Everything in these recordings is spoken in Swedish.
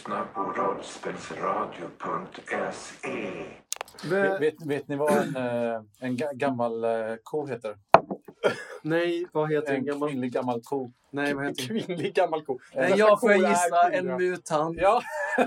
lyssnar på rollspelsradio.se. Vet ni vad en gammal ko heter? Nej, vad heter en gammal... kvinnlig gammal ko? Nej, vad heter Kvinnlig gammal ko. jag får gissa en mutant. Ja.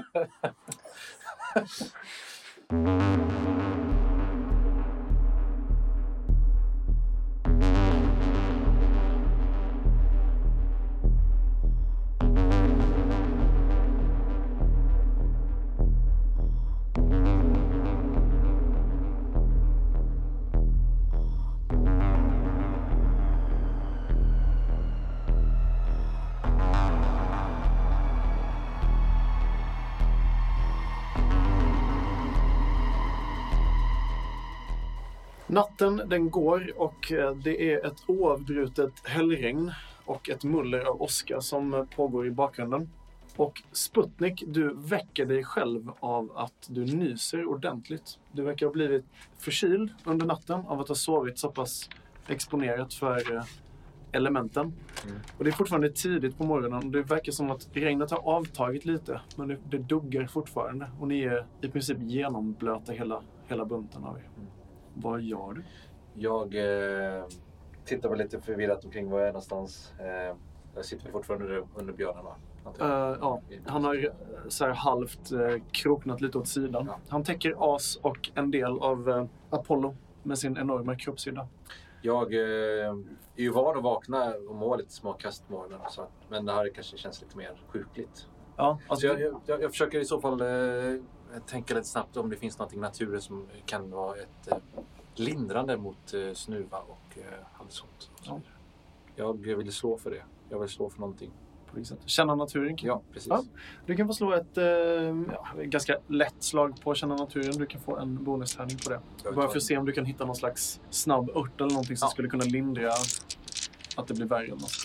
Natten den går och det är ett oavbrutet hällregn och ett muller av åska som pågår i bakgrunden. Och Sputnik, du väcker dig själv av att du nyser ordentligt. Du verkar ha blivit förkyld under natten av att ha sovit så pass exponerat för elementen. Och det är fortfarande tidigt på morgonen och det verkar som att regnet har avtagit lite, men det duggar fortfarande. Och ni är i princip genomblöta hela bunten av er. Vad gör du? Jag tittar väl lite förvirrat omkring var jag är någonstans. Jag sitter väl fortfarande under björnen, va? Ja, han har så här halvt kroknat lite åt sidan. Ja. Han täcker As och en del av Apollo med sin enorma kroppshydda. Jag är ju van att vakna och må lite små kast på morgonen. Men det här kanske känns lite mer sjukligt. Ja, alltså jag försöker i så fall tänka lite snabbt om det finns något i naturen som kan vara ett lindrande mot snuva och allt sånt. Ja. Jag vill slå för det. Jag vill slå för någonting. Känna naturen? Ja, precis. Ja. Du kan få slå ett ganska lätt slag på känna naturen. Du kan få en bonustärning på det. Bara för att se om du kan hitta någon slags snabb ört eller någonting som skulle kunna lindra att det blir värre eller något.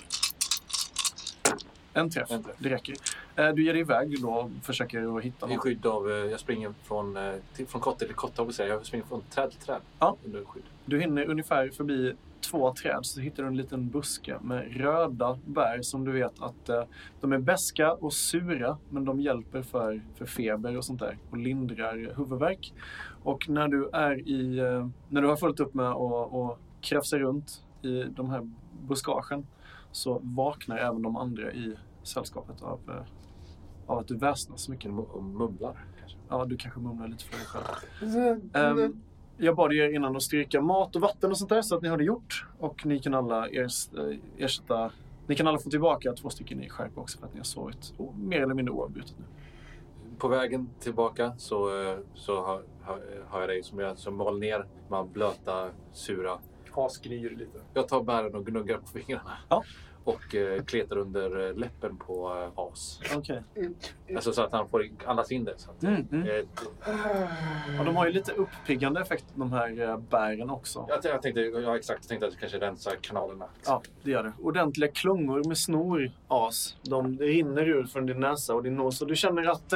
En träff. Det räcker. Du ger dig iväg då och försöker att hitta något. I skydd av, jag springer från kotte till kotte, jag springer från träd till träd. Ja. Under skydd. Du hinner ungefär förbi 2 träd så hittar du en liten buske med röda bär som du vet att de är beska och sura, men de hjälper för feber och sånt där och lindrar huvudvärk. Och när du när du har följt upp med att kräfsa runt i de här buskagen så vaknar även de andra i sällskapet av att du väsnas så mycket. Och mumlar kanske. Ja, du kanske mumlar lite för dig själv. Jag bad er innan att stryka mat och vatten och sånt där så att ni har det gjort. Och ni kan alla ersätta... Ni kan alla få tillbaka 2 stycken i skärpa också för att ni har sovit mer eller mindre oavbrutet nu. På vägen tillbaka så har jag dig som mal ner med blöta, sura. Asgryr lite. Jag tar bären och gnuggar på fingrarna. Ja. Och kletar under läppen på As. Okej. Alltså så att han får andas in det. Så att, ja, de har ju lite uppiggande effekt, de här bären också. Jag tänkte att det kanske rensar kanalerna. Ja, det gör det. Ordentliga klungor med snor, As. De rinner ur från din näsa och din nos. Och du känner att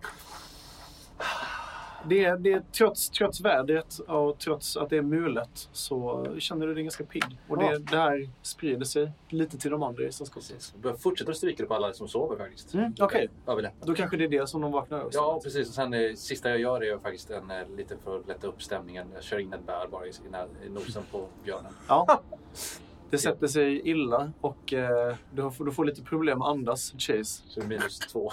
det är trots vädret och trots att det är mulet så känner du dig ganska pigg. Och det här sprider sig lite till de andra i sällskapet. Du fortsätter att stryka på alla som sover faktiskt. Okej. Okay. Då kanske det är det som de vaknar också. Ja, precis. Och sen sista jag gör är faktiskt lite för att lätta upp stämningen. Jag kör in ett bär bara i nosen på björnen. Ja. Det sätter sig illa och du får lite problem att andas, Chase. Så -2.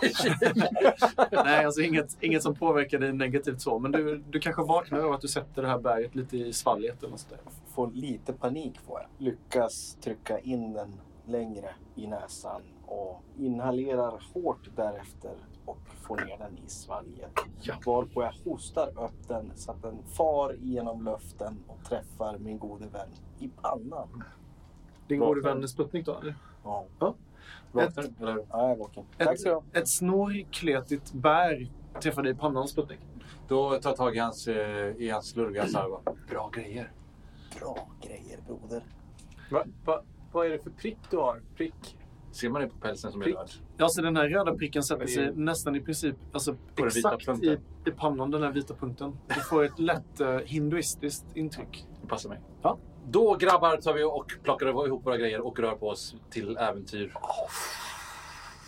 Nej, alltså inget som påverkar dig negativt så. Men du kanske vaknar av att du sätter det här berget lite i svalget eller något sådär. Får lite panik får jag. Lyckas trycka in den längre i näsan och inhalerar hårt därefter och får ner den i svalget. Varpå jag hostar upp den så att den far genom luften och träffar min gode vän i pannan. Din gode vän är Sputnik då, eller? Ja. Ja, jag är vaken. Tack så mycket. Ett snorkletigt bär träffar dig i pannan, Sputnik. Då tar jag tag i hans slurga sarva. Bra grejer. Bra grejer, broder. Vad är det för prick du har? Prick? Ser man det på pälsen som är röd? Ja, så den här röda pricken sätter sig nästan i princip exakt i pannan, den här vita punkten. Du får ett lätt hinduistiskt intryck. Det passar mig. Ja. Då grabbar tar vi och plockar ihop våra grejer och rör på oss till äventyr.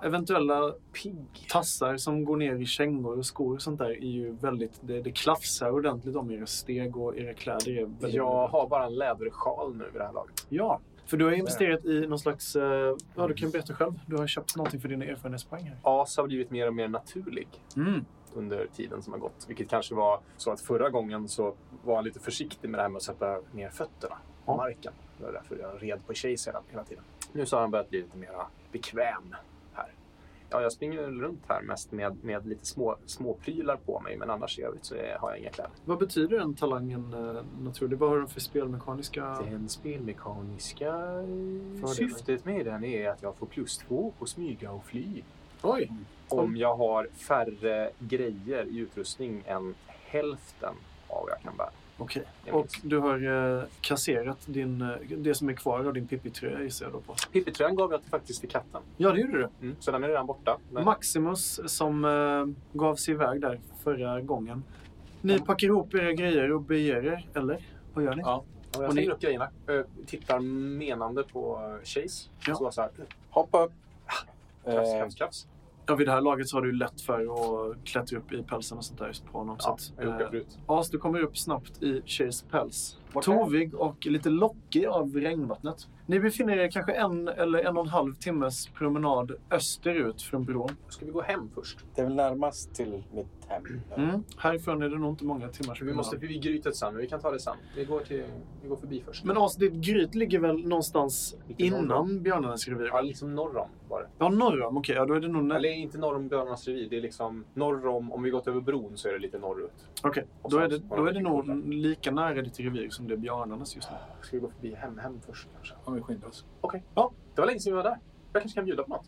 eventuella tassar som går ner i kängor och skor och sånt där är ju väldigt... Det klafsar ordentligt om era steg och era kläder är väldigt... Jag har bara en lädersjal nu vid det här laget. Ja, för du har investerat i någon slags... Ja, du kan berätta själv. Du har köpt någonting för dina erfarenhetspoäng här. As har blivit mer och mer naturlig under tiden som har gått. Vilket kanske var så att förra gången så var jag lite försiktig med det här med att sätta ner fötterna på marken. Det var därför jag red på Chase hela tiden. Nu så har han börjat bli lite mer bekväm här. Ja, jag springer runt här mest med lite små prylar på mig. Men annars i övrigt så har jag inga kläder. Vad betyder den talangen naturligt? Vad har den för spelmekaniska... Den spelmekaniska syftet med den är att jag får +2 på smyga och fly. Oj! Om jag har färre grejer i utrustning än hälften av vad jag kan bära. Okej. Och du har kasserat det som är kvar av din Pippi-tröja gissar jag då på. Pippi-tröjan gav jag faktiskt till katten. Ja, det gjorde du. Så den är redan borta. Men... Maximus som gav sig iväg där förra gången. Ni packar ihop era grejer och beger er, eller? Vad gör ni? Ja, och jag slänger upp grejerna. Tittar menande på Chase. Ja. Så här. Hoppa upp. Krafts. Ja, vid det här laget så har du lätt för att klättra upp i pälsen och sånt där på honom. Ja, så jag gjorde det förut. As, du kommer upp snabbt i Chase päls. Vart Tovig och lite lockig av regnvattnet. Ni befinner er kanske 1 eller 1,5 timmes promenad österut från bron. Ska vi gå hem först? Det är väl närmast till mitt hem. Härifrån är det nog inte många timmars promenad. Vi grytet sen, men vi kan ta det sen. Vi går förbi först. Men As, ditt gryt ligger väl någonstans innan björnarnas revir? Ja, liksom norr om var det. Ja, norr om. Okej, ja, då är det nog... Eller inte norr om björnarnas revir. Det är liksom norr om vi gått över bron så är det lite norrut. Okej, då är det nog lika nära ditt revir som det är björnarnas just nu. Ska vi gå förbi hem först kanske? Om vi skyndar oss. Okej. Ja, det var länge sedan vi var där. Jag kanske kan bjuda på något.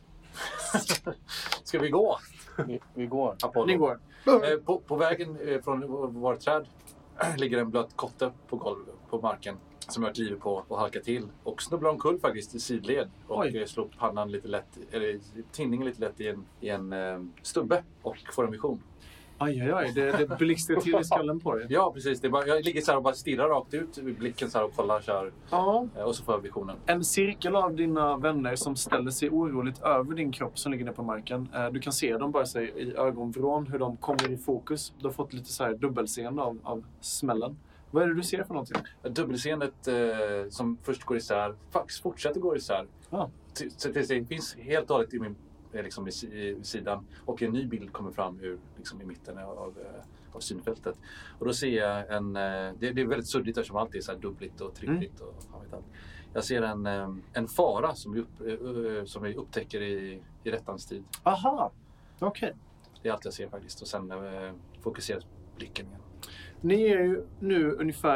Ska vi gå? Vi går. Apollo. Ni går. På vägen från vårt träd ligger en blöt kotte på golvet, på marken. Som jag kliver på och halkar till. Och snubblar omkull faktiskt i sidled. Och slår pannan lite lätt, eller tinningen lite lätt i en stubbe. Och får en vision. Aj. Det blixtrar till i skallen på dig. Ja, precis. Det är bara, jag ligger så här och bara stirrar rakt ut i blicken så här och kollar så här. Ja. Och så får jag visionen. En cirkel av dina vänner som ställer sig oroligt över din kropp som ligger ner på marken. Du kan se dem bara så här, i ögonvrån hur de kommer i fokus. Du har fått lite så här dubbelseende av smällen. Vad är det du ser för någonting? Dubbelseendet som först går isär, faktiskt fortsätter gå isär. Ja. Så det finns helt och hållet liksom i sidan. Och en ny bild kommer fram liksom i mitten av synfältet. Och då ser jag det är väldigt suddigt eftersom allt är så här dubbligt och tryckligt. Och, jag ser en fara som vi upptäcker i rättans tid. Aha, okej. Det är allt jag ser faktiskt. Och sen fokuseras blicken igen. Ni är ju nu ungefär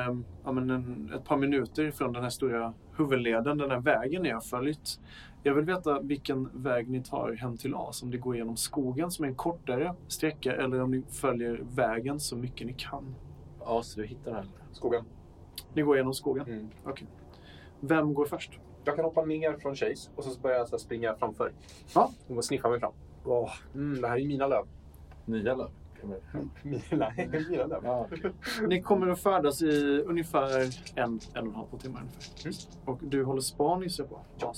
ett par minuter från den här stora huvudleden, den här vägen ni har följt. Jag vill veta vilken väg ni tar hem till As. Om det går genom skogen som är en kortare sträcka eller om ni följer vägen så mycket ni kan. As, du hittar den. Skogen. Ni går genom skogen? Okej. Vem går först? Jag kan hoppa ner från Chase och så börjar jag så springa framför. Ja. Och sniffa mig fram. Det här är mina löv. Nya löv? Mina löv. Ja, okay. Ni kommer att färdas i ungefär 1,5 timmar ungefär. Och du håller span gissar på? Ja.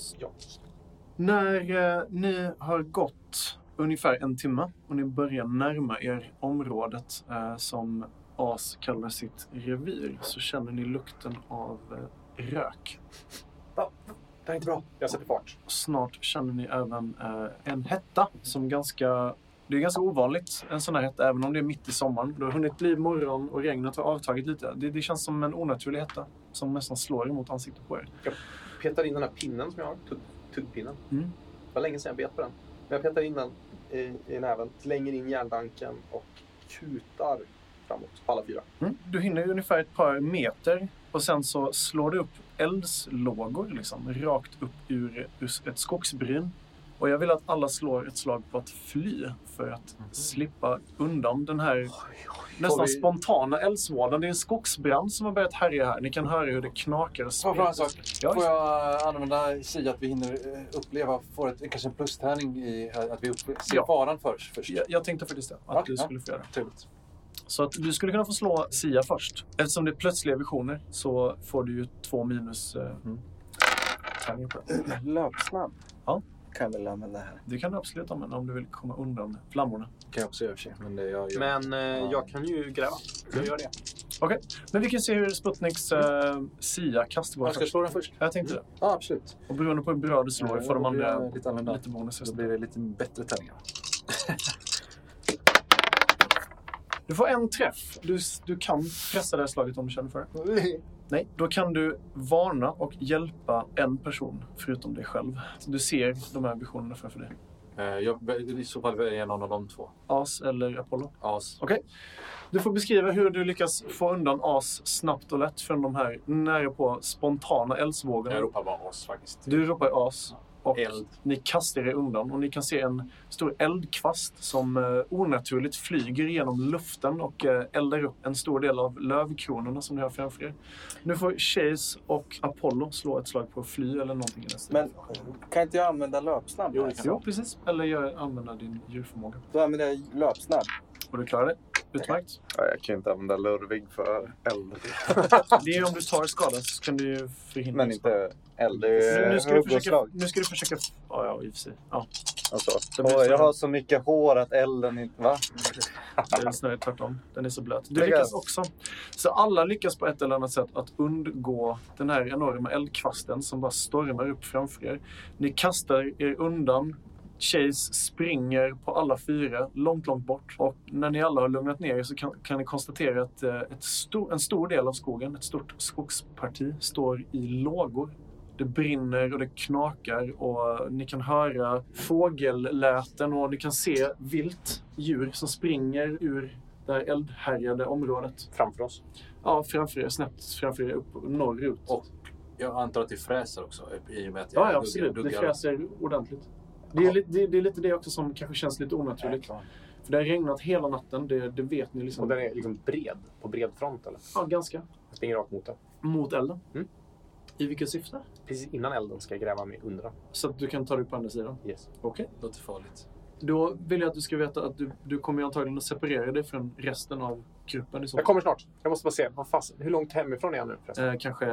När ni har gått ungefär 1 timme och ni börjar närma er området som As kallar sitt revir så känner ni lukten av rök. Det är inte bra. Jag sätter fart. Snart känner ni även en hetta som det är ganska ovanligt, en sån här hetta, även om det är mitt i sommaren. Det har hunnit bli morgon och regnet har avtagit lite. Det känns som en onaturlig hetta som nästan slår emot ansiktet på er. Jag petar in den här pinnen som jag har, tuggpinnen. Det var länge sedan jag bet på den. Men jag petar in den i näven, slänger in järndanken och kutar framåt på alla 4. Du hinner ungefär ett par meter och sen så slår du upp eldslågor liksom, rakt upp ur ett skogsbryn. Och jag vill att alla slår ett slag på att fly för att slippa undan den här nästan spontana eldsvådan. Det är en skogsbrand som har börjat härja här. Ni kan höra hur det knakar och spricker. Får jag använda Sia att vi hinner uppleva, kanske en plustärning i att vi ser faran först? Jag tänkte faktiskt att du skulle få göra det. Trevligt. Så att du skulle kunna få slå Sia först. Eftersom det är plötsliga visioner så får du ju 2 minus tärningar på det. Löpsnabb. Ja. kan väl använda här. Det kan du absolut använda om du vill komma undan flammorna. Det kan jag också göra i och för sig. Men, Jag kan ju gräva. Jag gör det. Okej, men vi kan se hur Sputniks SIA-kast går. Jag ska slå den först. Jag tänkte det. Ja, absolut. Och beroende på hur bra du slår får de andra lite bonus. Så blir det lite bättre tärningar. Du får en träff. Du kan pressa det här slaget om du känner för det. Nej, då kan du varna och hjälpa en person förutom dig själv. Så du ser de här visionerna framför dig. I så fall väljer jag någon av de två. As eller Apollo? As. Okej. Du får beskriva hur du lyckas få undan As snabbt och lätt från de här nära på spontana eldsvågorna. Jag ropar bara As faktiskt. Du ropar As. Och Eld. ni kastar er undan och ni kan se en stor eldkvast som onaturligt flyger genom luften och eldar upp en stor del av lövkronorna som ni har framför er. Nu får Chase och Apollo slå ett slag på fly eller någonting i nästa. Men kan inte jag använda löpsnabb? Jo, precis. Eller använda din djurförmåga. Då använder jag löpsnabb. Och du klarar det. Utmärkt. Ja, jag kan inte använda lurvig för eld. Det är om du tar skada så kan du ju förhindra. Men inte eld. Det är nu ska du försöka... Ja, i och för sig. Ja. Alltså, jag har så mycket hår att elden inte... Va? Det är snarare tvärtom. Den är så blöt. Du lyckas också. Så alla lyckas på ett eller annat sätt att undgå den här enorma eldkvasten som bara stormar upp framför er. Ni kastar er undan. Chase springer på alla fyra långt bort. Och när ni alla har lugnat ner er så kan ni konstatera att en stor del av skogen, ett stort skogsparti, står i lågor. Det brinner och det knakar och ni kan höra fågelläten och ni kan se vilt djur som springer ur det här eldhärjade området. Framför oss? Ja, framför er, snabbt framför er, upp norrut. Och jag antar att det fräser också i och med att jag absolut. Det fräser ordentligt. Det är lite det också som kanske känns lite onaturligt. För det har regnat hela natten, det vet ni liksom. Och den är liksom bred, på bred front eller? Ja, ganska. Jag springer rakt mot den. Mot elden? Mm. I vilket syfte? Precis innan elden ska jag gräva mig under. Så att du kan ta dig på andra sidan? Yes. Okej. Det låter farligt. Då vill jag att du ska veta att du kommer antagligen att separera dig från resten av gruppen. I så. Jag kommer snart. Jag måste bara se. Hur långt hemifrån är jag nu förresten? Kanske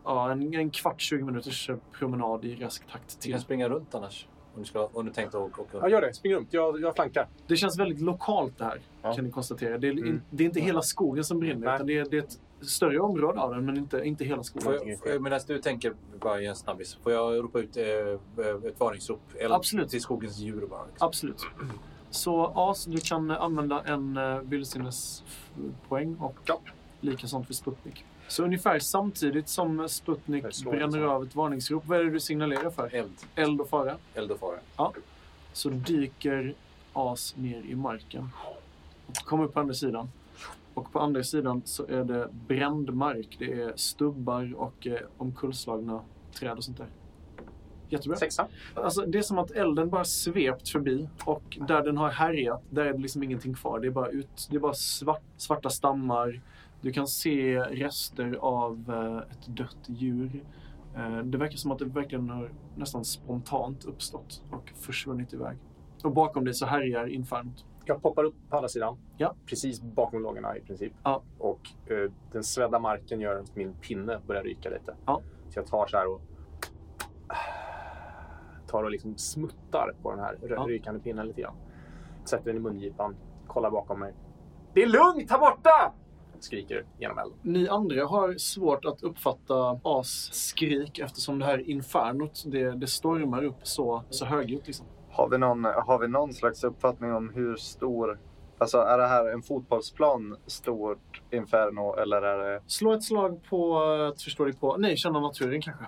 en kvart, 20 minuters promenad i rask takt. Du kan springa runt annars. Om du tänkte åka. Ja, gör det. Spring runt. Jag flankar. Det känns väldigt lokalt det här, kan ni konstatera. Det är inte hela skogen som brinner, utan det är ett större område av den, men inte hela skogen. Medan du tänker bara i en snabbis, får jag ropa ut ett varningsrop? Absolut. Till skogens djur bara. Liksom. Absolut. Så As, du kan använda en vildsinnespoäng och lika sånt för Sputnik. Så ungefär samtidigt som Sputnik bränner av ett varningsrop, vad är det du signalerar för? Eld och fara. Eld och fara. Ja. Så dyker As ner i marken och kommer upp på andra sidan. Och på andra sidan så är det bränd mark. Det är stubbar och omkullslagna träd och sånt där. Jättebra. 6. Alltså, det är som att elden bara svept förbi. Och där den har härjat, där är det liksom ingenting kvar. Det är bara svarta stammar. Du kan se rester av ett dött djur. Det verkar som att det verkligen har nästan spontant uppstått och försvunnit iväg. Och bakom dig så härjar infernot. Jag poppar upp på andra sidan. Ja. Precis bakom lågorna i princip. Ja. Och den svedda marken gör att min pinne börjar ryka lite. Ja. Så jag tar så här och liksom smuttar på den här rykande pinnen lite grann. Sätter den i mungipan. Kollar bakom mig. Det är lugnt här borta! Skriker genom elden. Ni andra har svårt att uppfatta As skrik eftersom det här infernot, det stormar upp så högljutt liksom. Har vi någon slags uppfattning om hur stor... Alltså är det här en fotbollsplan stort inferno eller är det... Slå ett slag på att förstå dig på... Nej, känna naturen kanske.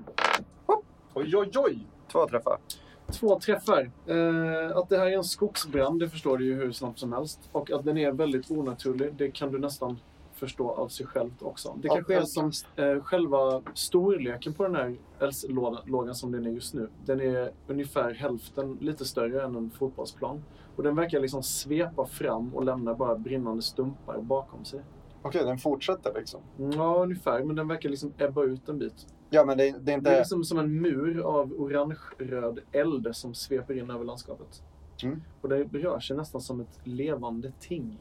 Oj! 2 träffar. 2 träffar. Att det här är en skogsbrand, det förstår du ju hur snabbt som helst. Och att den är väldigt onaturlig, det kan du nästan förstå av sig självt också. Det kanske är som själva storleken på den här eldslågan som den är just nu. Den är ungefär hälften lite större än en fotbollsplan. Och den verkar liksom svepa fram och lämna bara brinnande stumpar bakom sig. Okej, den fortsätter liksom? Ja, ungefär. Men den verkar liksom ebba ut en bit. Ja, men det är inte... Det är liksom som en mur av orange-röd eld som sveper in över landskapet. Och det rör sig nästan som ett levande ting.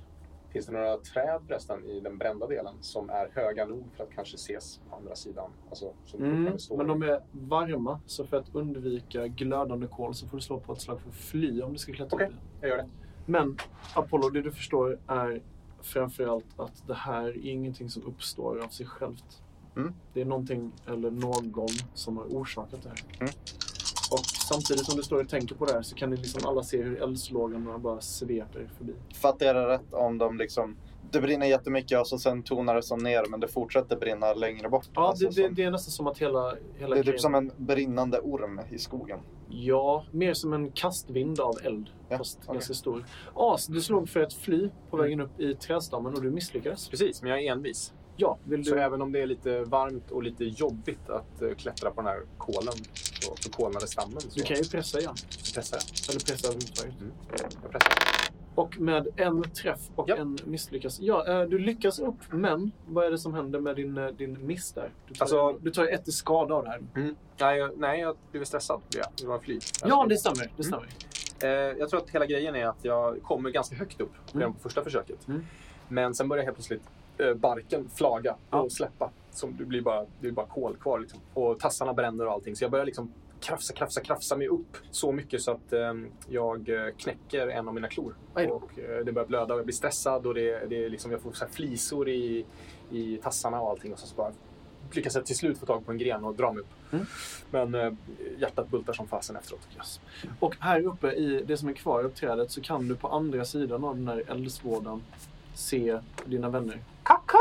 Finns det några träd förresten i den brända delen som är höga nog för att kanske ses på andra sidan? Alltså, som men de är varma, så för att undvika glödande kol så får du slå på ett slag för fly om du ska klättra upp. Jag gör det. Men Apollo, det du förstår är framförallt att det här är ingenting som uppstår av sig självt. Det är någonting eller någon som har orsakat det här. Och samtidigt som du står och tänker på det här så kan ni liksom alla se hur eldslågorna bara sveper förbi. Fattar jag det rätt om de liksom... Det brinner jättemycket och så sen tonar det som ner, men det fortsätter brinna längre bort. Ja, alltså det är nästan som att hela det är typ som en brinnande orm i skogen. Ja, mer som en kastvind av eld. Fast ganska stor. Du slog för ett fly på vägen upp i trädstammen och du misslyckades. Precis, men jag är envis. Ja, Så även om det är lite varmt och lite jobbigt att klättra på den här kolen, så kolnade stammen. Så du kan ju pressa igen. Pressa? Eller pressa överhuvudtaget. Jag pressar. Och med en träff och en misslyckas. Ja, du lyckas upp, men vad är det som händer med din miss där? Du tar ett i skada av det här. Nej, jag blev stressad. Det var fly. Ja, det stämmer. Det stämmer. Jag tror att hela grejen är att jag kommer ganska högt upp redan på första försöket. Men sen börjar helt plötsligt barken flaga och släppa. Som det blir bara kol kvar. Liksom. Och tassarna bränner och allting. Så jag börjar liksom krafsa mig upp så mycket så att jag knäcker en av mina klor. Och det börjar blöda och jag blir stressad och det är liksom, jag får så här flisor i tassarna och allting. Och så bara lyckas jag till slut få tag på en gren och dra mig upp. Men hjärtat bultar som fasen efteråt. Yes. Och här uppe i det som är kvar av trädet så kan du på andra sidan av den här eldsvådan se dina vänner. Kaka!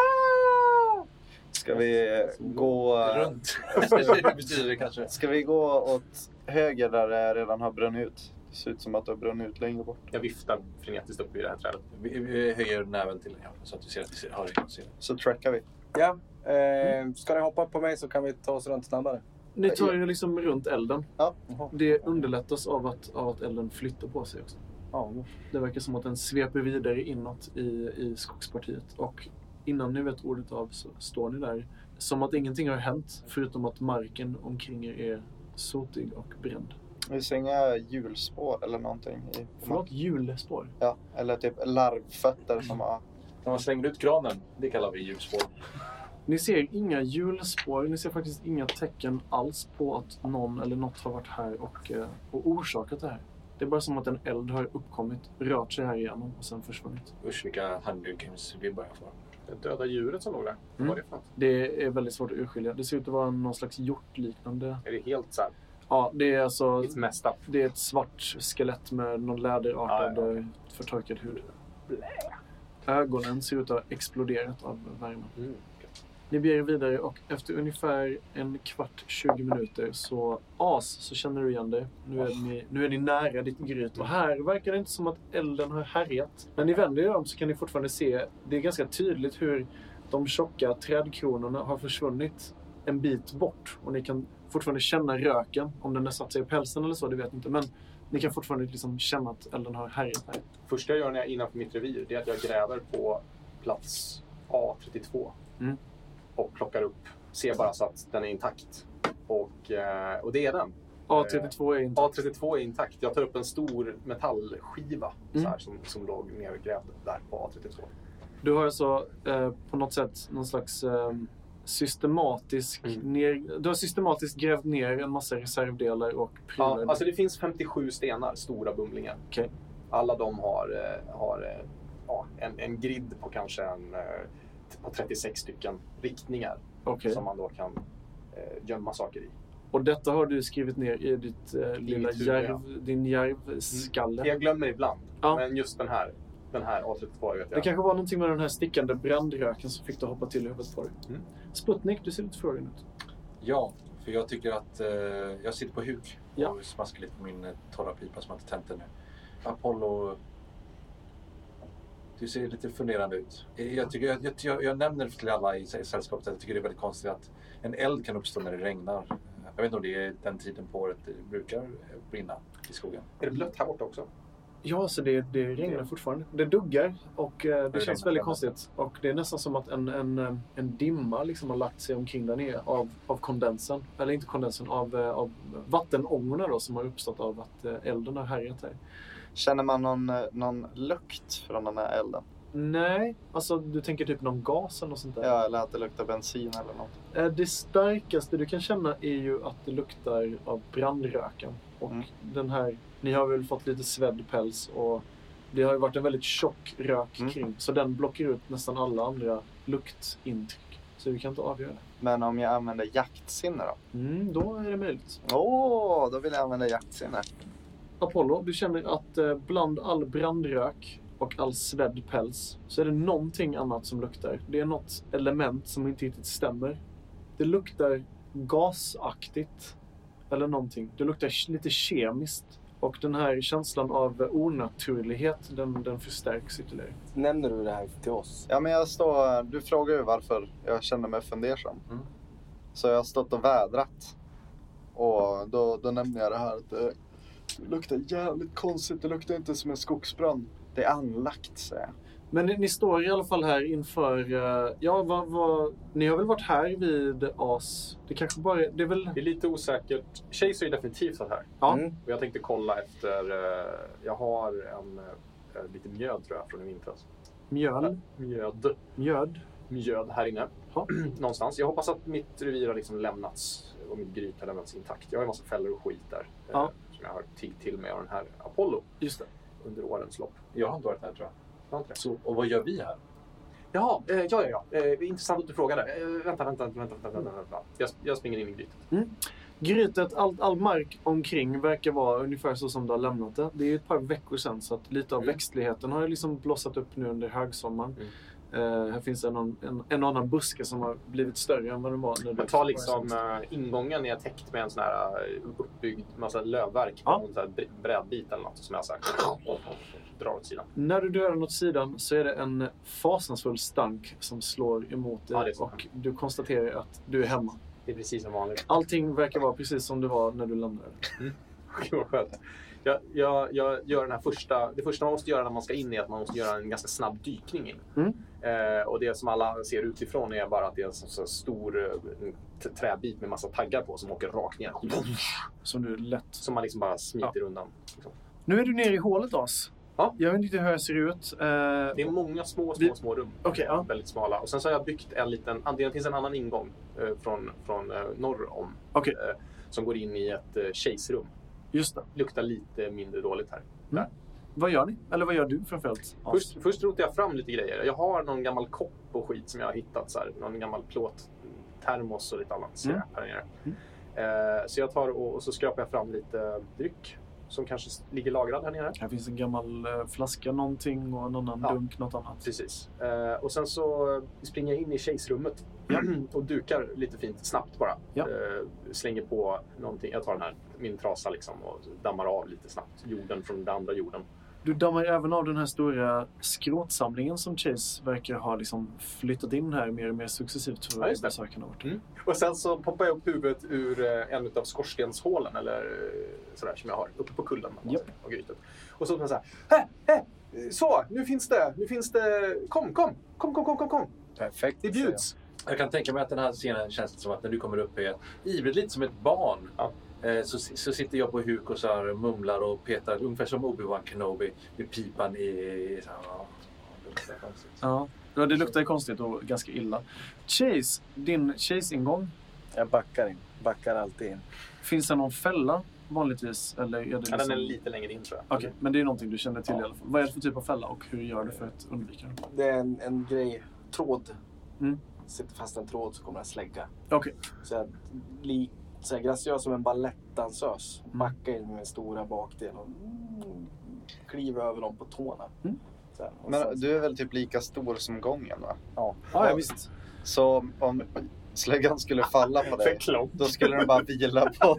Ska vi gå runt? Det betyder det kanske. Ska vi gå åt höger där det redan har brunnit ut? Det ser ut som att det har brunnit ut längre bort. Jag viftar frenetiskt upp i det här trädet. Vi höjer näven till så att du ser att vi har det. Så trackar vi. Ja, ska ni hoppa på mig så kan vi ta oss runt snabbare. Ni tar ju liksom runt elden. Ja. Det underlättas av att elden flyttar på sig också. Ja. Det verkar som att den sveper vidare inåt i skogspartiet. Och innan ni vet ordet av så står ni där. Som att ingenting har hänt. Förutom att marken omkring er är sotig och bränd. Vi ser inga hjulspår eller någonting. Förlåt, hjulspår? Ja, eller typ larvfötter som har... När man slänger ut kranen, det kallar vi hjulspår. Ni ser inga hjulspår. Ni ser faktiskt inga tecken alls på att någon eller något har varit här och orsakat det här. Det är bara som att en eld har uppkommit, rört sig här igenom och sen försvunnit. Usch, vilka handgreppsvibbar jag får. Det döda djuret som låg där. Vad var det för något? Det är väldigt svårt att urskilja. Det ser ut att vara någon slags hjortliknande. Är det helt så här? Ja, det är alltså... Det är ett svart skelett med någon läderartad förtorkad hud. Ögonen ser ut att ha exploderat av värmen. Ni beger er vidare och efter ungefär 20 minuter så känner du igen det. Nu är ni nära ditt gryt. Och här verkar det inte som att elden har härjat. När ni vänder er om så kan ni fortfarande se, det är ganska tydligt hur de tjocka trädkronorna har försvunnit en bit bort. Och ni kan fortfarande känna röken. Om den har satt sig i pälsen eller så, det vet inte. Men ni kan fortfarande liksom känna att elden har härjat här. Första jag gör när jag är innanför mitt revir, det är att jag gräver på plats A32. Och plockar upp, ser bara så att den är intakt. Och det är den. A32 är intakt. A32 är intakt. Jag tar upp en stor metallskiva så här, som låg nergrävd där på A32. Du har alltså på något sätt någon slags systematisk du har systematiskt grävt ner en massa reservdelar och prylar. Ja, alltså det finns 57 stenar, stora bumlingar. Okay. Alla de har en grid på kanske på 36 stycken riktningar som man då kan gömma saker i. Och detta har du skrivit ner i ditt lilla din järvskalle. Jag glömmer ibland, men just den här A32 vet jag. Det kanske var någonting med den här stickande brandröken som fick dig hoppa till i huvudet på dig. Sputnik, du ser lite frågan ut. Ja, för jag tycker att jag sitter på huk och smaskar lite på min torra pipa som jag inte tänt ännu. Apollo, du ser lite funderande ut. Jag nämner det till alla i sällskapet att jag tycker det är väldigt konstigt att en eld kan uppstå när det regnar. Jag vet inte om det är den tiden på året det brukar brinna i skogen. Är det blött här borta också? Ja, så det regnar fortfarande. Det duggar och det känns väldigt konstigt. Och det är nästan som att en dimma liksom har lagt sig omkring där nere av kondensen. Eller inte kondensen, av vattenångorna då som har uppstått av att elden har härjat här. Känner man någon lukt från den här elden? Nej, alltså du tänker typ någon gas eller något sånt där. Ja, eller att det luktar bensin eller något. Det starkaste du kan känna är ju att det luktar av brandröken. Och den här, ni har väl fått lite sveddpäls och det har ju varit en väldigt tjock rök kring. Så den blockar ut nästan alla andra luktintryck. Så vi kan inte avgöra det. Men om jag använder jaktsinne då? Då är det möjligt. Då vill jag använda jaktsinne. Apollo, du känner att bland all brandrök och all sveddpäls så är det någonting annat som luktar. Det är något element som inte riktigt stämmer. Det luktar gasaktigt eller någonting. Det luktar lite kemiskt. Och den här känslan av onaturlighet, den förstärks ytterligare. Nämner du det här till oss? Ja, men du frågar ju varför jag känner mig fundersam. Så jag har stått och vädrat. Och då nämner jag det här att det luktar jävligt konstigt. Det luktar inte som en skogsbrand. Det är anlagt, säger jag. Men ni står i alla fall här inför... ni har väl varit här vid AS? Det kanske bara... Det är lite osäkert. Chase är ju definitivt här. Ja. Och jag tänkte kolla efter... jag har en lite mjöd, tror jag, från i vintras. Mjöd här inne. Någonstans. Jag hoppas att mitt revir har liksom lämnats och mitt gryt har lämnats intakt. Jag har en massa fällor och skit där. Som jag har tiggt till med av den här Apollo. Just det. Under årens lopp. Jag har inte varit här, tror jag. Så, och vad gör vi här? Ja. Intressant att du frågade. Vänta. Jag springer in i grytet. Grytet, all mark omkring verkar vara ungefär så som du har lämnat det. Det är ett par veckor sedan så att lite av växtligheten har liksom blossat upp nu under högsommaren. Här finns en annan buske som har blivit större än vad den var. När jag tar liksom ingången är täckt med en sån här uppbyggd massa lövverk på en sån här brädbit eller något som jag så här drar åt sidan. När du drar den åt sidan så är det en fasansfull stank som slår emot dig och du konstaterar att du är hemma. Det är precis som vanligt. Allting verkar vara precis som det var när du lämnade. Gud vad skönt. Jag gör den här det första man måste göra när man ska in är att man måste göra en ganska snabb dykning in. Och det som alla ser utifrån är bara att det är en så stor träbit med massa taggar på som åker rakt ner. Som man liksom bara smiter undan. Liksom. Nu är du nere i hålet, As. Ja. Jag vet inte hur det ser ut. Det är många små rum. Väldigt smala. Och sen så har jag byggt en liten... Det finns en annan ingång från norr om. Som går in i ett Chase-rum. Just det. Luktar lite mindre dåligt här. Där. Vad gör ni? Eller vad gör du framförallt? Först rotar jag fram lite grejer. Jag har någon gammal kopp och skit som jag har hittat. Så här, någon gammal plåttermos och lite annat skräp här nere. Så jag tar och så skrapar jag fram lite dryck. Som kanske ligger lagrad här nere. Här finns en gammal flaska någonting och en annan dunk, något annat. Precis. Och sen så springer jag in i Chase-rummet och dukar lite fint, snabbt bara. Slänger på någonting. Jag tar min trasa liksom och dammar av lite snabbt jorden från den andra jorden. Du dammar även av den här stora skrotsamlingen som Chase verkar ha liksom flyttat in här mer och mer successivt för besökarna. Och sen så poppar jag upp huvudet ur en av skorstenshålen eller sådär som jag har uppe på kullen och grytet. Och så säger jag så, nu finns det, kom. Perfekt. Det bjuds. Jag kan tänka mig att den här scenen känns som att när du kommer upp är ivrigt lite som ett barn. Så sitter jag på huk och så här mumlar och petar ungefär som Obi-Wan Kenobi med pipan i det luktar konstigt och ganska illa. Chase, din Chase-ingång? Jag backar alltid in. Finns det någon fälla vanligtvis? Eller är det liksom... den är lite längre in, tror jag. Okej, men det är någonting du känner till i alla fall. Vad är det för typ av fälla och hur gör du för att undvika den? Det är en grej, tråd. Sätter fast en tråd så kommer den slägga. Så jag graciös som en ballettdansös. Backar in med stora bakdel och kliver över dem på tårna. Men du är väl typ lika stor som gången, va? Ja, visst. Så om släggan skulle falla på dig, då skulle den bara vila på.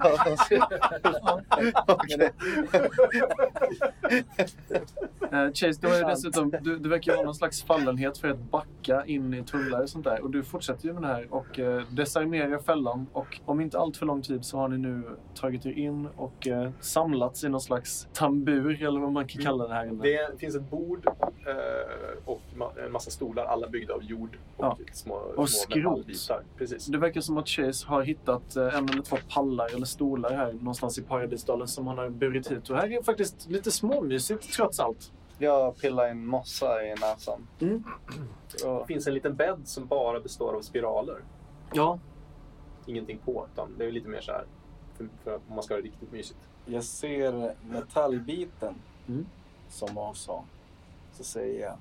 Chase, du har ju dessutom, du verkar ha någon slags fallenhet för att backa in i tunnlar och sånt där. Och du fortsätter ju med det här och desarmerar fällan. Och om inte allt för lång tid så har ni nu tagit er in och samlats i någon slags tambur eller vad man kan kalla det här inne. Det finns ett bord och en massa stolar, alla byggda av jord och små metallbitar. Precis. Det verkar som att Chase har hittat en eller två pallar eller stolar här någonstans i Paradisdalen som han har burit hit. Och här är faktiskt lite småmysigt trots allt. Jag pillar in mossa i näsan. Det finns en liten bädd som bara består av spiraler. Ja. Ingenting på, utan det är lite mer så här för om man ska ha det riktigt mysigt. Jag ser metallbiten som var så säger jag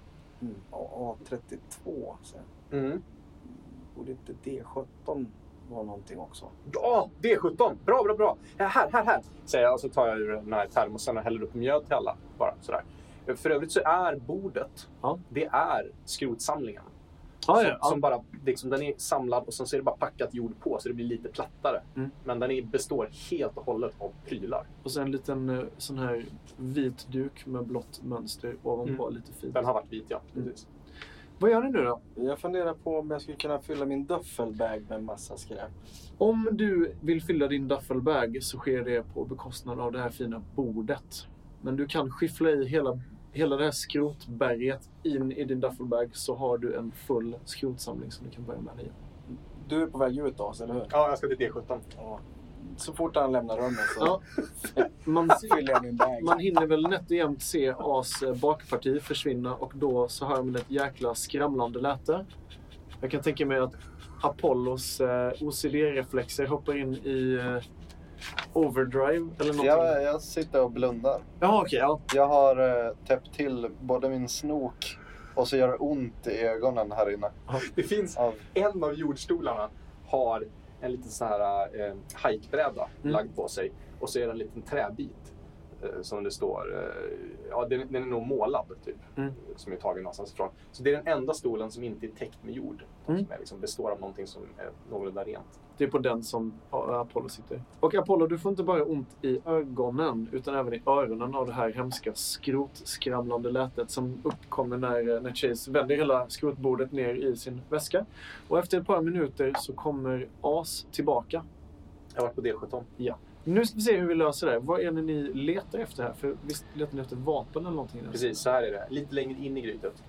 A32. Så. Borde inte D17 vara någonting också? Ja, D17! Bra! Här! Säger jag, och så tar jag ur den här termosen och häller upp mjöd till alla. Bara sådär. För övrigt så är bordet, det är skrotsamlingen. Som bara, liksom, den är samlad och sen så är det bara packat jord på så det blir lite plattare. Men den består helt och hållet av prylar. Och sen en liten sån här vit duk med blått mönster ovanpå, lite fint. Den har varit vit, ja. Precis. Vad gör ni nu då? Jag funderar på om jag skulle kunna fylla min duffelbag med massa skräp. Om du vill fylla din duffelbag så sker det på bekostnad av det här fina bordet. Men du kan skiffla i hela det här skrotberget in i din duffelbag, så har du en full skrotsamling som du kan börja med igen. Du är på väg ut då, eller hur? Ja, jag ska till D17. Ja. Så fort han lämnar rummet så Man fyller jag min bag. Man hinner väl nätt och jämt se As bakparti försvinna, och då så hör man ett jäkla skramlande läte. Jag kan tänka mig att Apollos OCD-reflexer hoppar in i overdrive eller någonting. Jag sitter och blundar. Ja, okej. Ja. Jag har täppt till både min snok och så gör det ont i ögonen här inne. Det finns en av jordstolarna har en liten sån här hajkbräda lagd på sig. Och så är det en liten träbit som det står. Den är nog målad typ. Som är tagen någonstans ifrån. Så det är den enda stolen som inte är täckt med jord. Som är liksom består av någonting som är någorlunda rent. Det är på den som Apollo sitter. Och Apollo, du får inte bara ont i ögonen utan även i öronen av det här hemska skrotskramlande lätet som uppkommer när Chase vänder hela skrotbordet ner i sin väska. Och efter ett par minuter så kommer As tillbaka. Jag har varit på D17. Ja. Nu ska vi se hur vi löser det. Vad är det ni letar efter här? För visst letar ni efter vapen eller någonting? Precis, så här är det. Lite längre in i grytet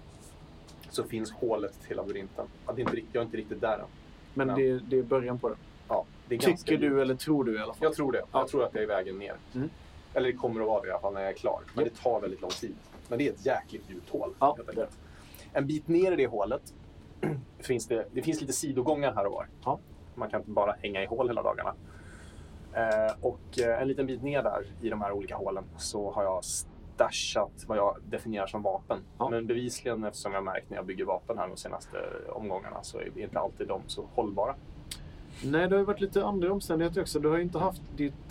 så finns hålet till labyrinten. Jag är inte riktigt där än. Men det är början på det. Ja, det är Tycker du eller tror du i alla fall? Jag tror det. Jag tror att jag är vägen ner. Eller det kommer att vara det i alla fall när jag är klar. Men det tar väldigt lång tid. Men det är ett jäkligt djupt hål. Ja, en bit ner i det hålet finns det finns lite sidogångar här och var. Ja. Man kan inte bara hänga i hål hela dagarna. Och en liten bit ner där i de här olika hålen så har jag stashat vad jag definierar som vapen. Ja. Men bevisligen, eftersom jag märkt när jag bygger vapen här de senaste omgångarna, så är inte alltid de så hållbara. Nej, det har ju varit lite andra omständigheter också. Du har ju inte haft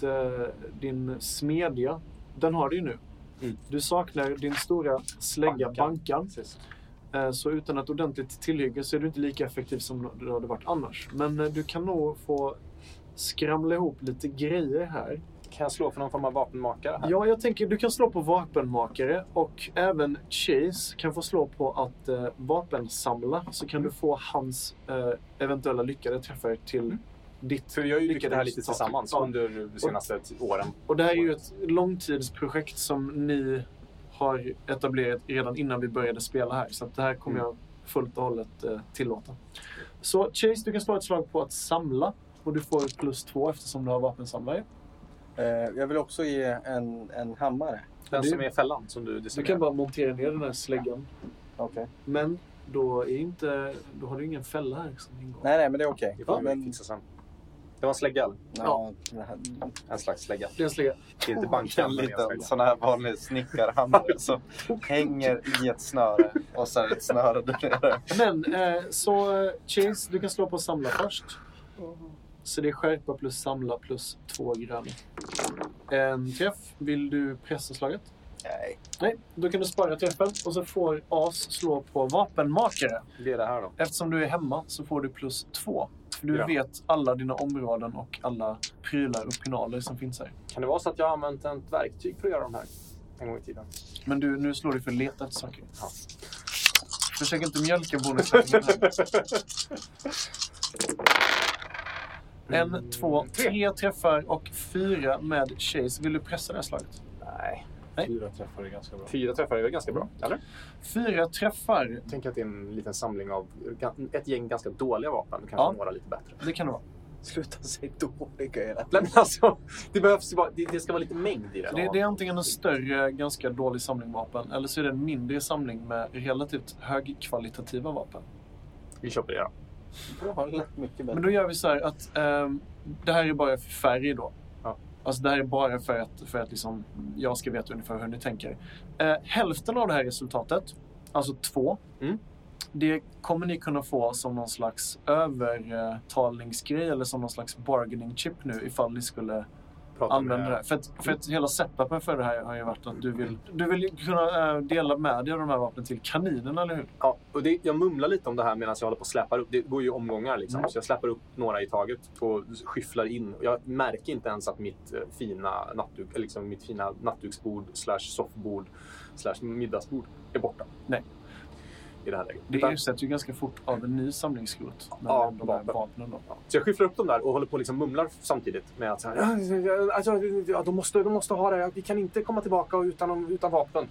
din smedja. Den har du ju nu. Du saknar din stora slägga bankan. Så utan ett ordentligt tillhygge så är du inte lika effektiv som du hade varit annars. Men du kan nog få skramla ihop lite grejer här. Kan jag slå för någon form av vapenmakare här? Ja, jag tänker du kan slå på vapenmakare, och även Chase kan få slå på att vapensamla, så kan du få hans eventuella lyckade träffar till ditt. För vi har ju byggt det här lite tillsammans under de senaste åren. Och det här är ju ett långtidsprojekt som ni har etablerat redan innan vi började spela här, så att det här kommer jag fullt och hållet tillåta. Så Chase, du kan slå ett slag på att samla, och du får +2 eftersom du har vapensamlare. Jag vill också ge en hammare. Den som är fällan som du Du kan bara montera ner den här släggan. Okay. Men då har du ingen fälla här som ingår. Nej, men det är okej. Det får vi fixa sen. Det var en slägga, eller? Ja. En slags slägga. Det är en slägga. Det är inte banken. En liten sån här vanlig snickarhammare som hänger i ett snöre och så är det ett snöre där nere. Men så Chase, du kan slå på samla först. Så det är skärpa plus samla plus 2 grön. En träff. Vill du pressa slaget? Nej, då kan du spara träffen och så får As slå på vapenmakare. Det är det här då. Eftersom du är hemma så får du +2. För du vet alla dina områden och alla prylar och pinaler som finns här. Kan det vara så att jag har använt ett verktyg för att göra de här en gång i tiden? Men nu slår du för att leta efter saker. Ja. Försök inte mjölka bonusen. 1, 2, 3 träffar och 4 med Chase. Vill du pressa det här slaget? Nej. 4 träffar är ganska bra. 4 träffar är ganska bra, eller? 4 träffar. Jag tänker att det är en liten samling av ett gäng ganska dåliga vapen. Kanske några lite bättre. Det kan det vara. Sluta säga dåliga hela. Men alltså, det behövs ju bara, det ska vara lite mängd i det. Det är antingen en större, ganska dålig samling vapen, eller så är det en mindre samling med relativt högkvalitativa vapen. Vi köper det då. Jag har lätt mycket bättre. Men då gör vi så här att det här är bara för färg då. Ja. Alltså det här är bara för att liksom, jag ska veta ungefär hur ni tänker. Hälften av det här resultatet, alltså 2, det kommer ni kunna få som någon slags övertalningsgrej eller som någon slags bargaining chip nu ifall ni skulle använda det här. För att hela setupen för det här har ju varit att du vill kunna dela med dig av de här vapnen till kaninerna, eller hur? Ja, och jag mumlar lite om det här medan jag håller på att släppa upp. Det går ju omgångar liksom. Så jag släpper upp några i taget och skyfflar in. Jag märker inte ens att mitt fina nattduksbord / soffbord / middagsbord är borta. Nej. I det här läget. Det ersätts ju ganska fort av en ny samlingsskrot. Ja, de här vapnen då. Ja. Så jag skyfflar upp dem där och håller på liksom mumlar samtidigt med att så här, alltså, de måste ha det. Vi kan inte komma tillbaka utan vapen.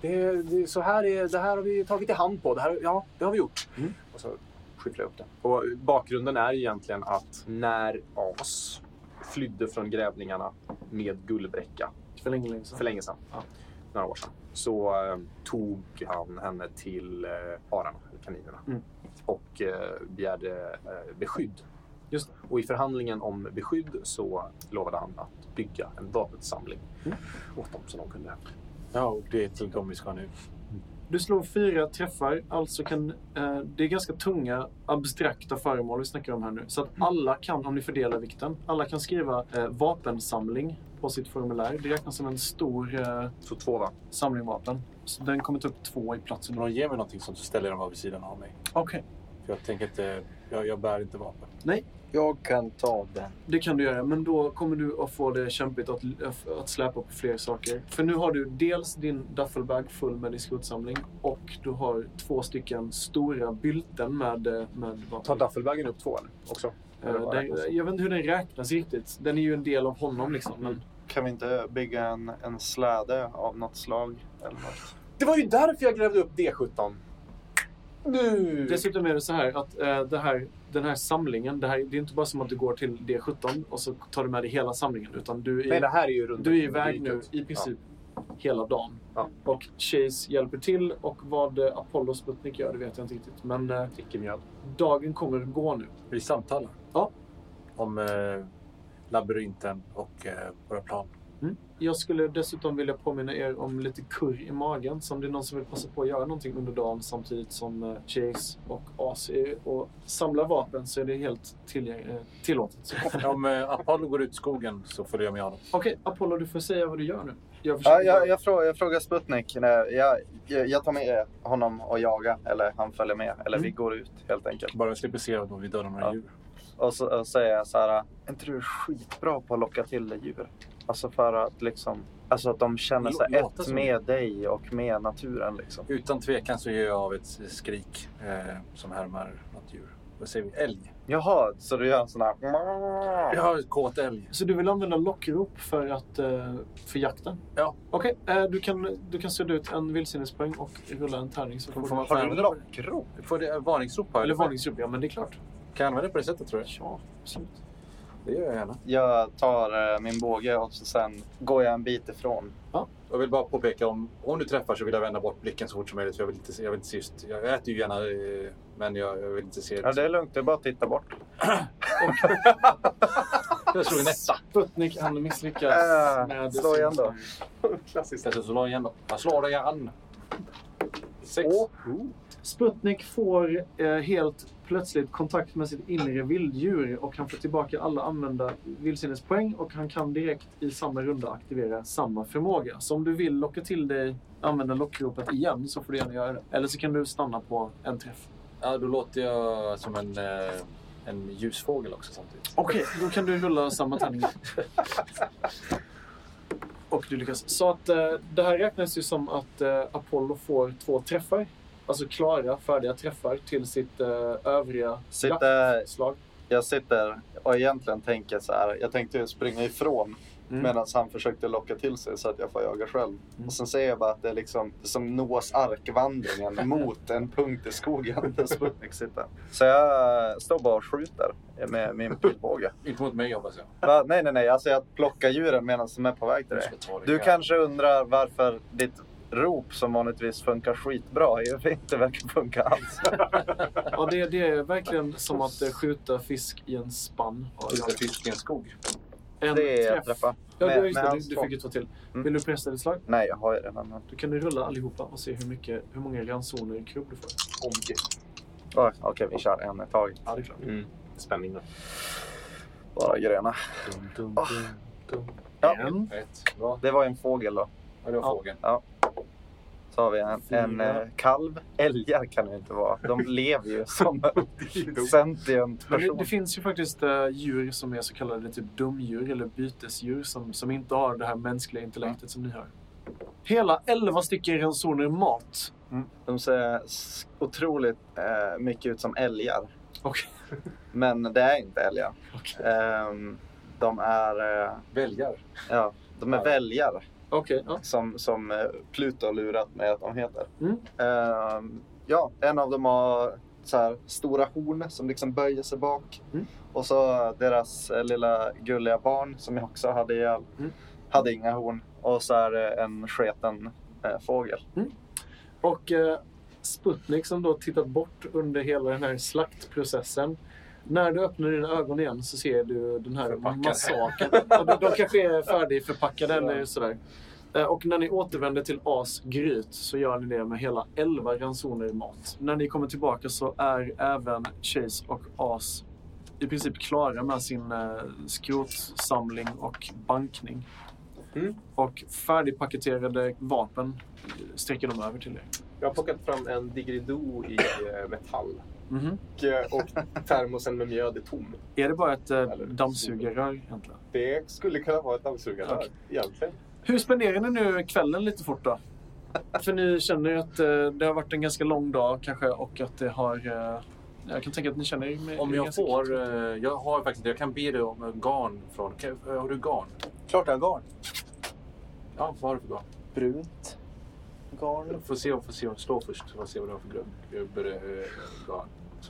Så här det här har vi tagit i hand på. Det har vi gjort. Och så skyfflar jag upp det. Och bakgrunden är egentligen att när As flydde från grävningarna med Gullbräcka För länge sedan. Ja. Några år sedan. Så tog han henne till ararna, kaninerna. Och begärde beskydd. Just det. Och i förhandlingen om beskydd så lovade han att bygga en vapensamling åt dem så de kunde. Ja, och det är till dem vi ska nu. Du slår 4 träffar, alltså kan det är ganska tunga, abstrakta föremål vi snackar om här nu. Så att alla kan, om ni fördelar vikten, alla kan skriva vapensamling på sitt formulär. Det räknas som en stor så 2 va? Samling vapen. Så den kommer ta upp 2 i platsen. Om de ger mig någonting så ställer de av vid sidan av mig. Okej. För jag tänker inte, jag bär inte vapen. Nej. Jag kan ta den. Det kan du göra, men då kommer du att få det kämpigt att släpa på fler saker. För nu har du dels din duffelbag full med din skrotsamling och du har 2 stycken stora bylten med vapen. Tar duffelbagen upp 2 eller? Också? Jag vet inte hur den räknas riktigt. Den är ju en del av honom liksom. Men... Kan vi inte bygga en släde av något slag eller något? Det var ju därför jag grävde upp D17. Nu! Dessutom är det så här att den här samlingen, det är inte bara som att du går till D17 och så tar du med dig hela samlingen, utan du är, nej, det här är ju runt. Du är iväg nu i princip hela dagen. Ja. Och Chase hjälper till, och vad Apollo Sputnik gör, det vet jag inte riktigt. Men dagen kommer att gå nu. Vi samtalar. Ja. Om labyrinten och våra plan. Jag skulle dessutom vilja påminna er om lite kurr i magen. Så om det är någon som vill passa på att göra någonting under dagen samtidigt som Chase och AC och samlar vapen, så är det helt tillåtet. Om Apollo går ut i skogen så följer jag med honom. Okej, Apollo, du får säga vad du gör nu. Jag frågar Sputnik. Jag tar med honom och jagar, eller han följer med, eller vi går ut helt enkelt. Bara slipper se om vi dödar några djur. Och så säger jag så här: är inte du skitbra på att locka till djur? Alltså för att liksom, alltså att de känner sig ett med dig och med naturen liksom. Utan tvekan så ger jag av ett skrik som härmar något djur. Vad säger vi? Älg. Jaha, så du gör en sån här... Jag har ett kåt älg. Så du vill använda lockrop för jakten? Ja. Okej, du kan sudda ut en vildsinnespoäng och rulla en tärning. Så har du lockrop? Får det varningsrop? Eller varningsrop, ja, men det är klart. Kan jag använda det på det sättet, tror jag? Ja, absolut. Det gör jag gärna. Jag tar min båge och så sen går jag en bit ifrån. Ja. Jag vill bara påpeka, om du träffar så vill jag vända bort blicken så fort som möjligt. För jag vill inte se just. Jag äter ju gärna, men jag vill inte se det. Ja, det är lugnt. Det är bara att titta bort. Jag slog en etta. Sputnik, han misslyckas med... Slå igen då. Klassiskt. Jag slår igen då. Jag slår det igen. 6. Sputnik får helt plötsligt kontakt med sitt inre vilddjur och han får tillbaka alla använda vildsinnespoäng, och han kan direkt i samma runda aktivera samma förmåga. Så om du vill locka till dig, använda lockropet igen, så får du gärna göra det. Eller så kan du stanna på en träff. Ja, då låter jag som en ljusfågel också samtidigt. Okej, då kan du rulla samma tärning. Och du lyckas. Så att det här räknas ju som att Apollo får 2 träffar. Alltså klara, färdiga träffar till sitt övriga slag. Jag sitter och egentligen tänker så här. Jag tänkte springa ifrån Medan han försökte locka till sig så att jag får jaga själv. Och sen säger jag bara att det är liksom som Noahs arkvandringen mot en punkt i skogen där Sputnik sitter. Så jag står bara och skjuter med min pilbåge. Inte mot mig hoppas jag. Nej. Alltså jag plockar djuren medan de är på väg till dig. Du kanske undrar varför ditt rop som vanligtvis funkar skitbra inte verkar funka alls. Ja, det är verkligen som att skjuta fisk i en spann. Skjuta fisk i en skog. En det är träff. träffa. Ja, just det. Du fick ju två till. Vill du pressa ditt slag? Nej, jag har ju redan. Då kan du rulla allihopa och se hur många ransoner i krubb du får. Okej, vi kör en i taget. Ja, det är klart. Spänning då. Bara gröna. Ja. Det var en fågel då. Ja, det var fågeln. Ja. Så har vi en kalv. Älgar kan det inte vara. De lever ju som sentient person. Det finns ju faktiskt djur som är så kallade typ dumdjur eller bytesdjur som inte har det här mänskliga intellektet som ni har. Hela 11 stycken ransoner mat. De ser otroligt mycket ut som älgar. Okay. Men det är inte älgar. Okay. De är... Välgar. Ja, de är välgar. Okay, ja. Som Pluto har lurat med att de heter. Ja, en av dem har så här stora horn som liksom böjer sig bak. Och så deras lilla gulliga barn som jag också hade ihjäl. Hade inga horn. Och så är det en sketen fågel. Och Sputnik som då tittat bort under hela den här slaktprocessen. När du öppnar dina ögon igen så ser du den här massakern. De kanske är färdigförpackade eller sådär. Och när ni återvänder till As gryt så gör ni det med hela 11 ransoner mat. När ni kommer tillbaka så är även Chase och As i princip klara med sin skrotsamling och bankning. Och färdigpaketerade vapen sträcker de över till er. Jag har plockat fram en didgeridoo i metall. Och termosen med mjöd är tom. Är det bara ett dammsugarrör egentligen? Det skulle kunna vara ett dammsugarrör egentligen. Hur spenderar ni nu kvällen lite fort då? För ni känner att det har varit en ganska lång dag kanske och att det har... jag kan tänka att ni känner med... Om jag får... jag har faktiskt... Jag kan be dig om garn från... Har du garn? Klart jag har garn. Ja, vad har du för garn? Brunt garn. Får se. Slå först. Får se vad du har för garn.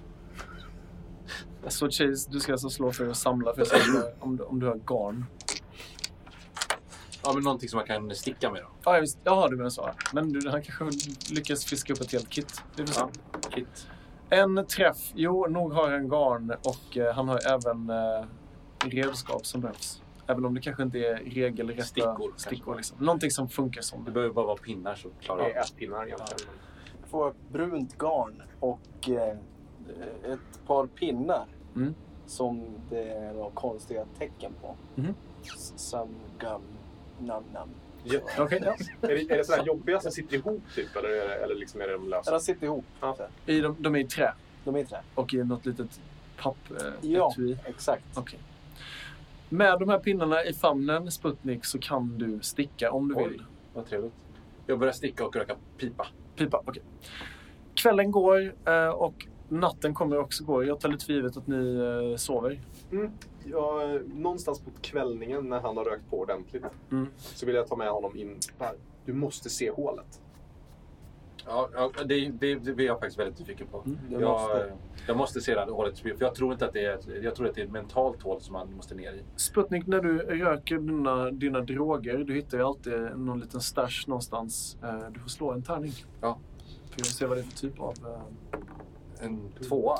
Så Chase, du ska alltså slå för att samla för att se om du har garn. Ja, men någonting som man kan sticka med då. Ja, visst. Ja, du menar så. Men han kanske lyckas fiska upp ett helt kit. Det vill säga. Kit. En träff. Jo, nog har han garn och han har även redskap som behövs. Även om det kanske inte är regelrätta stickor liksom. Någonting som funkar som. Det behöver bara vara pinnar så klarar jag. Det är pinnar egentligen. Jag får brunt garn och ett par pinnar som det är några konstiga tecken på. Samgam nam. Ja. Okay, ja. Är det sådana jobbiga som sitter ihop typ? Eller liksom är det de lösa? De sitter ihop. Ja. De är i trä? De är i trä. Och i något litet papp? Ja, exakt. Okay. Med de här pinnarna i famnen, Sputnik, så kan du sticka om du vill. Vad trevligt. Jag börjar sticka och röka pipa. Okej. Okay. Kvällen går och natten kommer också gå. Jag tar lite för givet att ni sover. Ja, någonstans på kvällningen när han har rökt på ordentligt så vill jag ta med honom in där. Du måste se hålet. Ja, det är jag faktiskt väldigt nyfiken på. Jag måste se det här hålet. För jag tror inte att det är ett mentalt hål som man måste ner i. Sputnik, när du röker dina droger, du hittar ju alltid någon liten stash någonstans. Du får slå en tärning. Ja. För att se vad det är för typ av... En 2.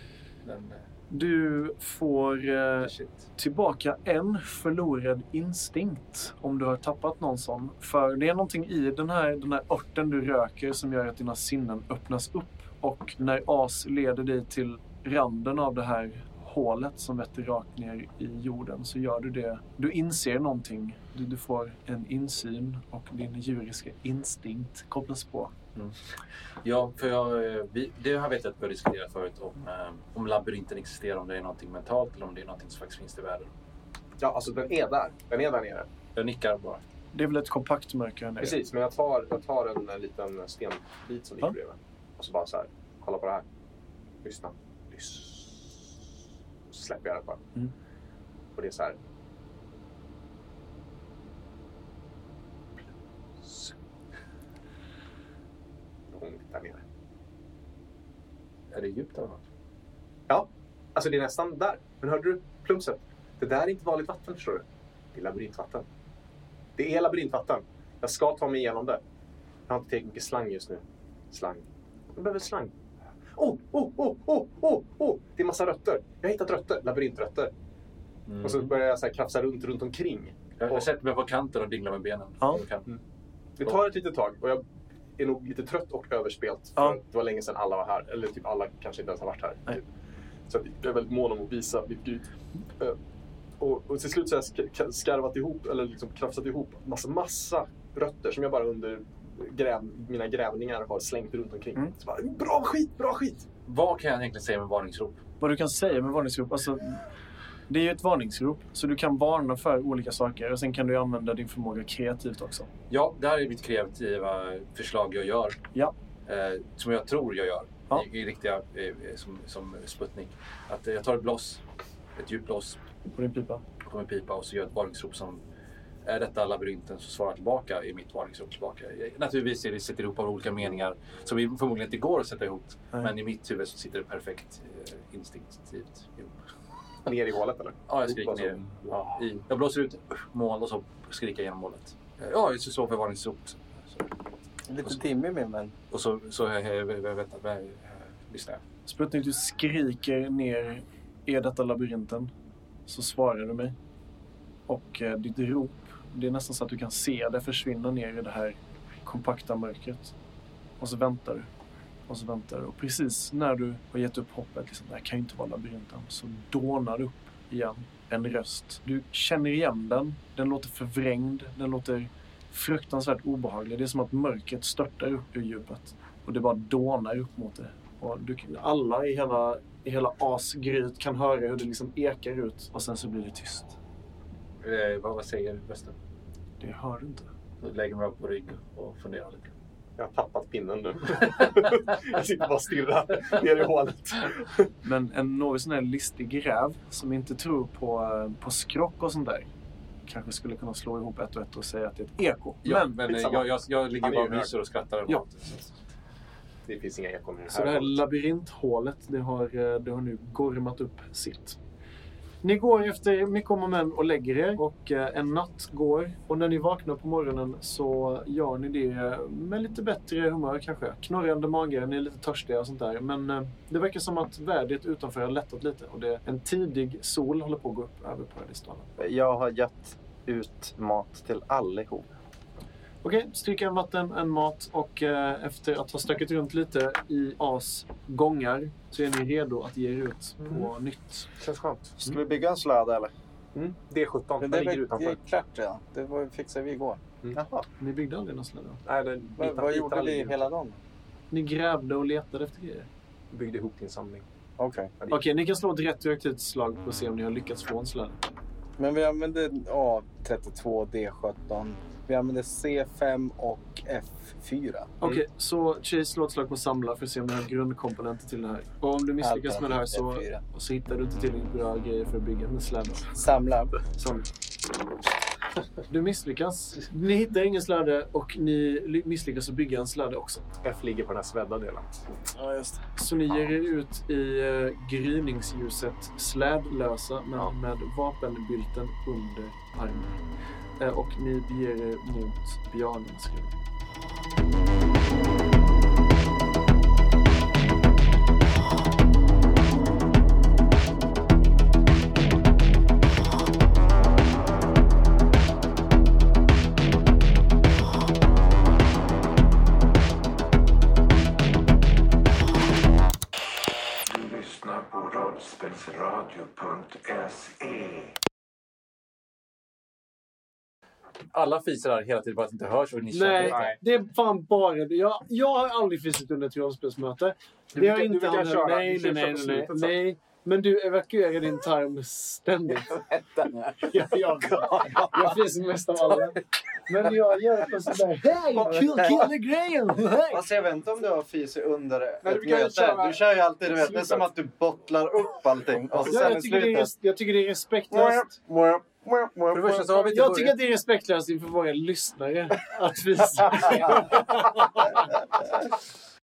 Du får tillbaka en förlorad instinkt om du har tappat någon sån. För det är någonting i den här örten du röker som gör att dina sinnen öppnas upp. Och när As leder dig till randen av det här hålet som vetter rakt ner i jorden så gör du det. Du inser någonting. Du får en insyn och din djuriska instinkt kopplas på. Ja, för det har jag vet att vi har diskuterat förut om labyrinten existerar, om det är någonting mentalt eller om det är någonting som faktiskt finns i världen. Ja, alltså den är där. Den är där nere. Jag nickar bara. Det är väl ett kompakt mörker här nere. Precis, men jag tar en liten stenbit som ligger bredvid. Och så bara så här, kolla på det här. Lyssna. Så släpper jag det bara. Och det är så här. Är det djupt eller något? Ja, alltså det är nästan där. Men hörde du plumpset? Det där är inte vanligt vatten, förstår du. Det är labyrintvatten. Det är labyrintvatten. Jag ska ta mig igenom det. Jag har inte tillräckligt mycket slang just nu. Slang. Jag behöver slang. Det är massa rötter. Jag har hittat rötter. Labyrintrötter. Och så börjar jag så här krafsa runt omkring. Jag sätter mig på kanten och dinglar med benen. Ja. Det tar ett litet tag och jag är nog lite trött och överspelt. För det var länge sedan alla var här. Eller typ alla kanske inte ens har varit här. Typ. Så jag är väldigt mån om att visa mitt gryt. Och till slut så har jag skarvat ihop, eller liksom krafsat ihop massa rötter som jag bara under mina grävningar har slängt runt omkring. Så bara, bra skit! Vad kan jag egentligen säga med varningsrop? Vad du kan säga med varningsrop, alltså det är ju ett varningsrop. Så du kan varna för olika saker och sen kan du använda din förmåga kreativt också. Ja, det här är mitt kreativa förslag jag gör. Ja. Som jag tror jag gör. Ja. I riktiga, som Sputnik. Att jag tar ett djupt blås På din pipa. på min pipa och så gör ett varningsrop som är detta labyrinten som svarar tillbaka i mitt varningsrop tillbaka. Naturligtvis är det sätter ihop av olika meningar som vi förmodligen inte går att sätta ihop. Nej. Men i mitt huvud så sitter det perfekt instinktivt ihop. Ner i hålet eller? Ja, jag skriker ner. Ja, jag blåser ut mål och så skriker jag genom målet. Ja, så slår för varningsrop. Lite dimmig min vän. Och så lyssnar jag. Sputnik, du skriker ner, är detta labyrinten? Så svarar du mig. Och ditt rop, det är nästan så att du kan se det försvinna ner i det här kompakta mörkret. Och så väntar du. Och så väntar du. Och precis när du har gett upp hoppet, liksom, det här kan ju inte vara labyrinten, så dånar upp igen en röst. Du känner igen den. Den låter förvrängd. Den låter fruktansvärt obehaglig. Det är som att mörkret störtar upp ur djupet. Och det bara dånar upp mot det. Och alla i hela asgryt kan höra hur det liksom ekar ut. Och sen så blir det tyst. Vad säger rösten? Det hör du inte. Jag lägger mig på rygg och funderar lite. Jag har tappat pinnen nu. Jag sitter bara stirrar ner i hålet. Men en något sån här listig räv som inte tror på skrock och sånt där kanske skulle kunna slå ihop ett och ett och säga att det är ett eko. Ja, men jag ligger bara och myser och skrattar. Ja. Det finns inga ekon i det här. Så det här labyrinthålet, det har nu gormat upp sitt. Ni går efter mycket om och men och lägger er och en natt går. Och när ni vaknar på morgonen så gör ni det med lite bättre humör kanske. Knorrande mage, ni är lite törstiga och sånt där. Men det verkar som att vädret utanför har lättat lite. Och en tidig sol håller på att gå upp över Paradisdalen. Jag har gett ut mat till allihop. Okej, stryka en vatten, en mat och efter att ha stökat runt lite i gångar så är ni redo att ge er ut på nytt. Känns skönt. Ska vi bygga en släde eller? D17, Det den ligger är utanför. klart redan. Det fixade vi igår. Jaha. Ni byggde aldrig någon släde? Nej, Vad gjorde vi hela dagen? Ni grävde och letade efter grejer? Byggde ihop din samling. Okej. Okej, ni kan slå ett retroaktivt slag på att se om ni har lyckats få en släde. Men vi använde A32, D17. Vi använde C5 och F4. Okej, så Chase slår ett slag på samla för att se om ni har grundkomponenter till det här. Och om du misslyckas med det här så hittar du inte till bra grejer för att bygga en släde. Samla. Du misslyckas. Ni hittar ingen släde och ni misslyckas att bygga en släde också. F ligger på den här svedda delen. Ja, just det. Så ni ger er ut i gryningsljuset slädlösa men med vapenbylten under armen. Och ni beger er mot björnens rygg. Du lyssnar på rollspelsradio.se. Alla fisar hela tiden bara att det inte hörs och ni känner Nej, det. det är fan bara det. Jag har aldrig fisit under ett rollspelsmöte. Det har inte du kan köra. Nej. Men du evakuerar din tarm ständigt. Jag fiser mest av alla. Men jag gör det sådär. Hej, kill grejen! Alltså jag vet inte om du har fisit under Nej, ett du kan möte. köra. Du kör ju alltid, du vet. Det är som att du bottlar upp allting. Och Ja, sen i slutet... jag tycker det är respektlöst. För det första så har vi inte Jag tycker att det är respektlöst inför våra lyssnare att visa.